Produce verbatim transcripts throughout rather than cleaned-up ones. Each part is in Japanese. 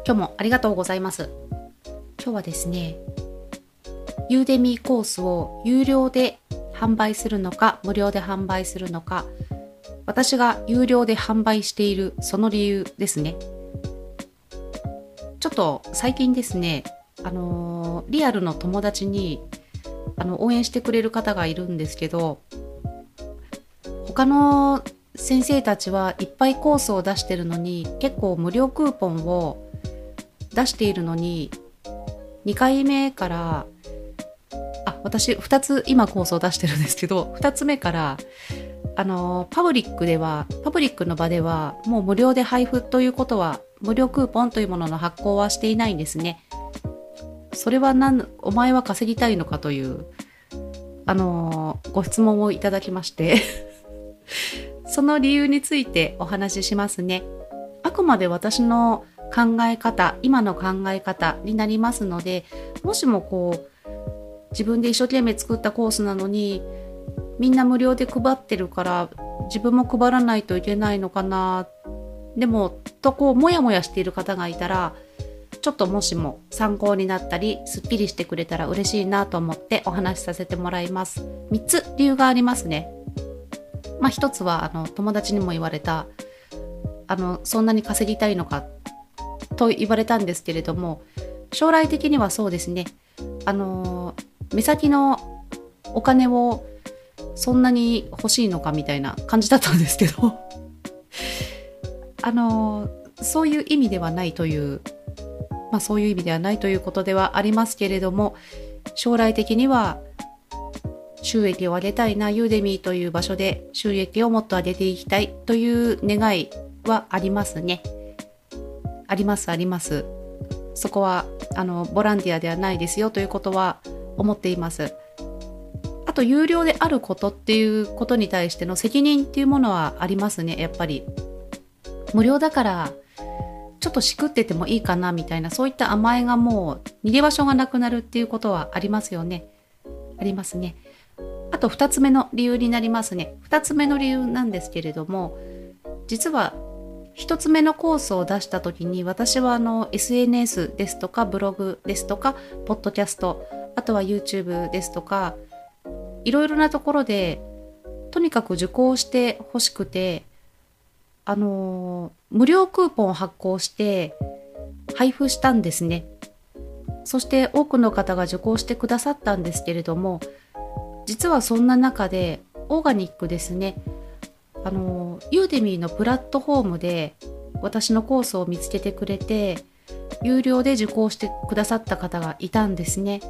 今日もありがとうございます。今日はですね、ユーデミーコースを有料で販売するのか無料で販売するのか、私が有料で販売しているその理由ですね。ちょっと最近ですね、あのー、リアルの友達にあの応援してくれる方がいるんですけど、他の先生たちはいっぱいコースを出してるのに、結構無料クーポンを出しているのに、にかいめからあ私ふたつ今コースを出してるんですけど、ふたつめからあのパブリックではパブリックの場ではもう無料で配布ということは、無料クーポンというものの発行はしていないんですね。それは何お前は稼ぎたいのかというあのご質問をいただきましてその理由についてお話ししますね。あくまで私の考え方、今の考え方になりますので、もしもこう自分で一生懸命作ったコースなのにみんな無料で配ってるから自分も配らないといけないのかな、でもとこうモヤモヤしている方がいたら、ちょっともしも参考になったりすっきりしてくれたら嬉しいなと思ってお話しさせてもらいます。みっつ理由がありますね。まあ、ひとつはあの友達にも言われた、あのそんなに稼ぎたいのかと言われたんですけれども、将来的にはそうですね、あの目先のお金をそんなに欲しいのかみたいな感じだったんですけどあのそういう意味ではないというまあそういう意味ではないということではありますけれども、将来的には収益を上げたいな、ユーデミーという場所で収益をもっと上げていきたいという願いはありますね。ありますあります。そこはあのボランティアではないですよということは思っています。あと有料であることっていうことに対しての責任っていうものはありますね。やっぱり無料だからちょっとしくっててもいいかなみたいな、そういった甘えがもう逃げ場所がなくなるっていうことはありますよね。ありますね。あとふたつめの理由になりますね。ふたつめの理由なんですけれども、実はひとつめのコースを出した時に、私はあの エスエヌエス ですとかブログですとかポッドキャスト、あとは YouTube ですとか、いろいろなところでとにかく受講してほしくて、あの無料クーポンを発行して配布したんですね。そして多くの方が受講してくださったんですけれども、実はそんな中でオーガニックですね、あのユーデミーのプラットフォームで私のコースを見つけてくれて有料で受講してくださった方がいたんですね。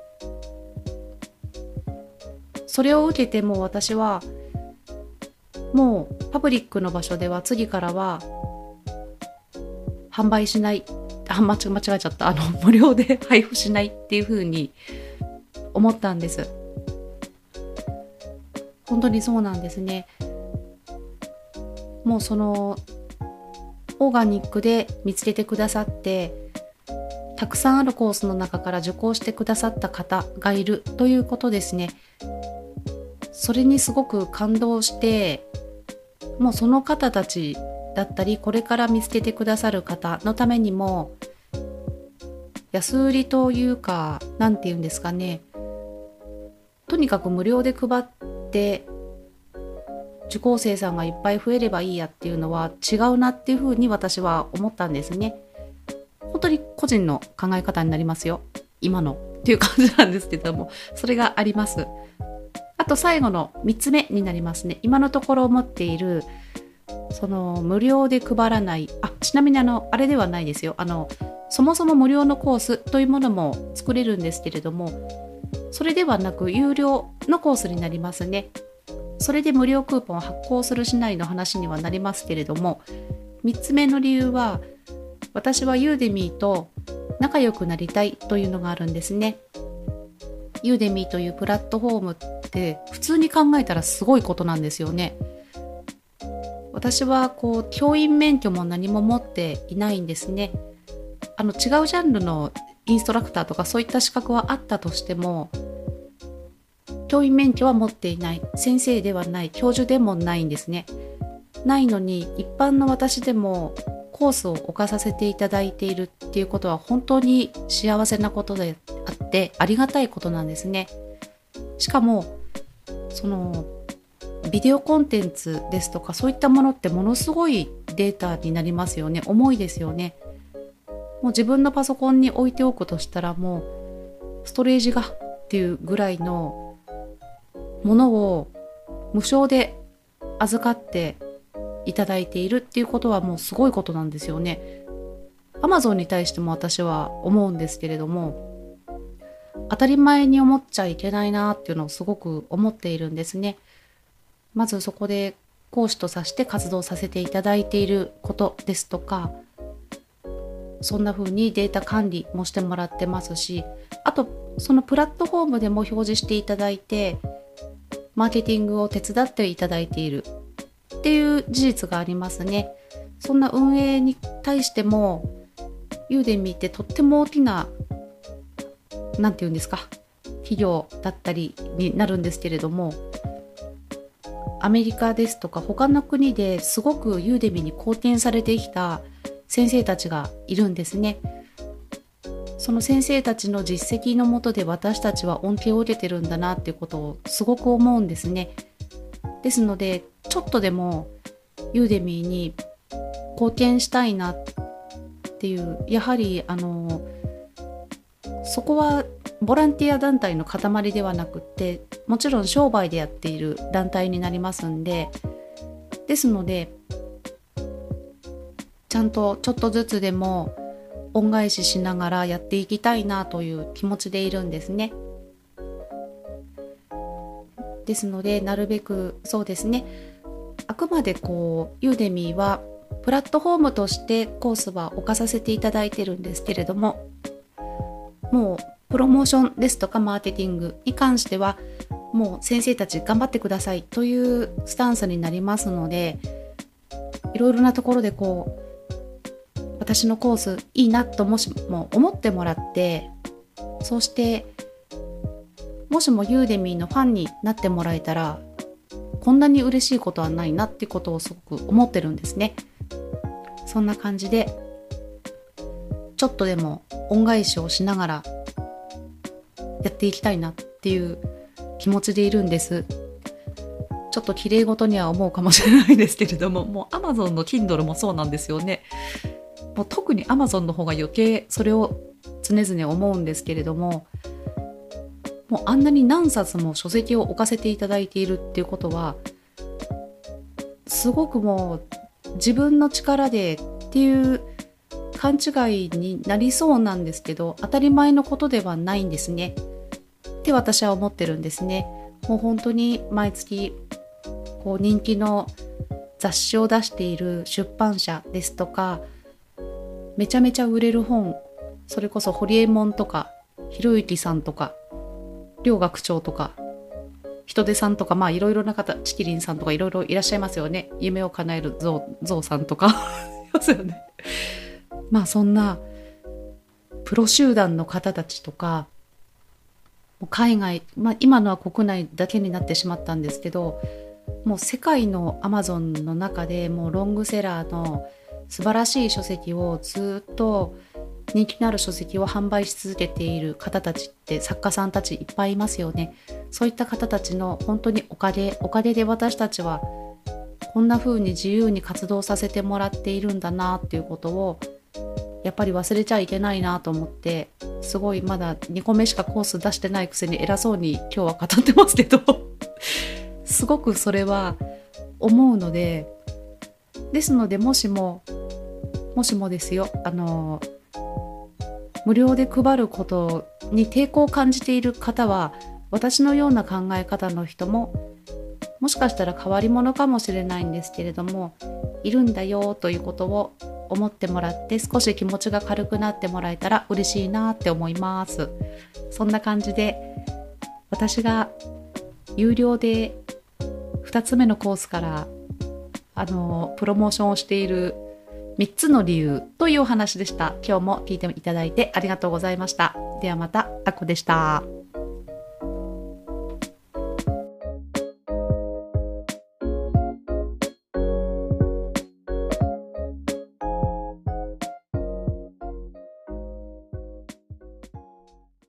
それを受けても私はもうパブリックの場所では次からは販売しない、あ間違間違えちゃったあの無料で配布しないっていうふうに思ったんです。本当にそうなんですね。もうそのオーガニックで見つけてくださって、たくさんあるコースの中から受講してくださった方がいるということですね。それにすごく感動して、もうその方たちだったりこれから見つけてくださる方のためにも、安売りというかなんていうんですかね、とにかく無料で配って受講生さんがいっぱい増えればいいやっていうのは違うなっていうふうに私は思ったんですね。本当に個人の考え方になりますよ、今のっていう感じなんですけども、それがあります。あと最後のみっつめになりますね。今のところ思っているその無料で配らない、あちなみにあのあれではないですよ、あのそもそも無料のコースというものも作れるんですけれども、それではなく有料のコースになりますね。それで無料クーポンを発行するしないの話にはなりますけれども、みっつめの理由は、私はユーデミーと仲良くなりたいというのがあるんですね。ユーデミーというプラットフォームって普通に考えたらすごいことなんですよね。私はこう教員免許も何も持っていないんですね。あの違うジャンルのインストラクターとかそういった資格はあったとしても、教員免許は持っていない、先生ではない、教授でもないんですね。ないのに一般の私でもコースを置かさせていただいているっていうことは本当に幸せなことであってありがたいことなんですね。しかもそのビデオコンテンツですとかそういったものってものすごいデータになりますよね。重いですよね。もう自分のパソコンに置いておくとしたらもうストレージがっていうぐらいのものを無償で預かっていただいているっていうことはもうすごいことなんですよね。Amazon に対しても私は思うんですけれども、当たり前に思っちゃいけないなっていうのをすごく思っているんですね。まずそこで講師とさして活動させていただいていることですとか、そんな風にデータ管理もしてもらってますし、あとそのプラットフォームでも表示していただいてマーケティングを手伝っていただいているっていう事実がありますね。そんな運営に対してもユーデミーってとっても大きななんていうんですか企業だったりになるんですけれども、アメリカですとか他の国ですごくユーデミーに貢献されてきた先生たちがいるんですね。その先生たちの実績のもとで私たちは恩恵を受けてるんだなっていうことをすごく思うんですね。ですのでちょっとでもユーデミーに貢献したいなっていう、やはりあのそこはボランティア団体の塊ではなくってもちろん商売でやっている団体になりますんで、ですのでちゃんとちょっとずつでも恩返ししながらやっていきたいなという気持ちでいるんですね。ですのでなるべくそうですね、あくまでこうユーデミーはプラットフォームとしてコースは置かさせていただいてるんですけれども、もうプロモーションですとかマーケティングに関してはもう先生たち頑張ってくださいというスタンスになりますので、いろいろなところでこう私のコースいいなともしも思ってもらって、そしてもしもユーデミーのファンになってもらえたらこんなに嬉しいことはないなっていうことをすごく思ってるんですね。そんな感じでちょっとでも恩返しをしながらやっていきたいなっていう気持ちでいるんです。ちょっと綺麗事には思うかもしれないですけれども、もう Amazon の Kindle もそうなんですよね。もう特に Amazon の方が余計それを常々思うんですけれども、もうあんなに何冊も書籍を置かせていただいているっていうことはすごくもう自分の力でっていう勘違いになりそうなんですけど、当たり前のことではないんですねって私は思ってるんですね。もう本当に毎月こう人気の雑誌を出している出版社ですとか、めちゃめちゃ売れる本、それこそホリエモンとかひろゆきさんとか両学長とか人手さんとか、まあいろいろな方、チキリンさんとかいろいろいらっしゃいますよね。夢を叶えるゾウ、ゾウさんとかいますよね。まあそんなプロ集団の方たちとか、海外、まあ今のは国内だけになってしまったんですけど、もう世界の Amazon の中でもうロングセラーの素晴らしい書籍をずっと人気のある書籍を販売し続けている方たちって作家さんたちいっぱいいますよね。そういった方たちの本当におかげ、おかげで私たちはこんな風に自由に活動させてもらっているんだなっていうことをやっぱり忘れちゃいけないなと思って、すごいまだにこめしかコース出してないくせに偉そうに今日は語ってますけどすごくそれは思うので、ですのでもしももしもですよ、あの無料で配ることに抵抗を感じている方は、私のような考え方の人ももしかしたら変わり者かもしれないんですけれどもいるんだよということを思ってもらって、少し気持ちが軽くなってもらえたら嬉しいなって思います。そんな感じで私が有料でふたつめのコースからあのプロモーションをしているみっつの理由というお話でした。今日も聞いていただいてありがとうございました。ではまた、あこでした。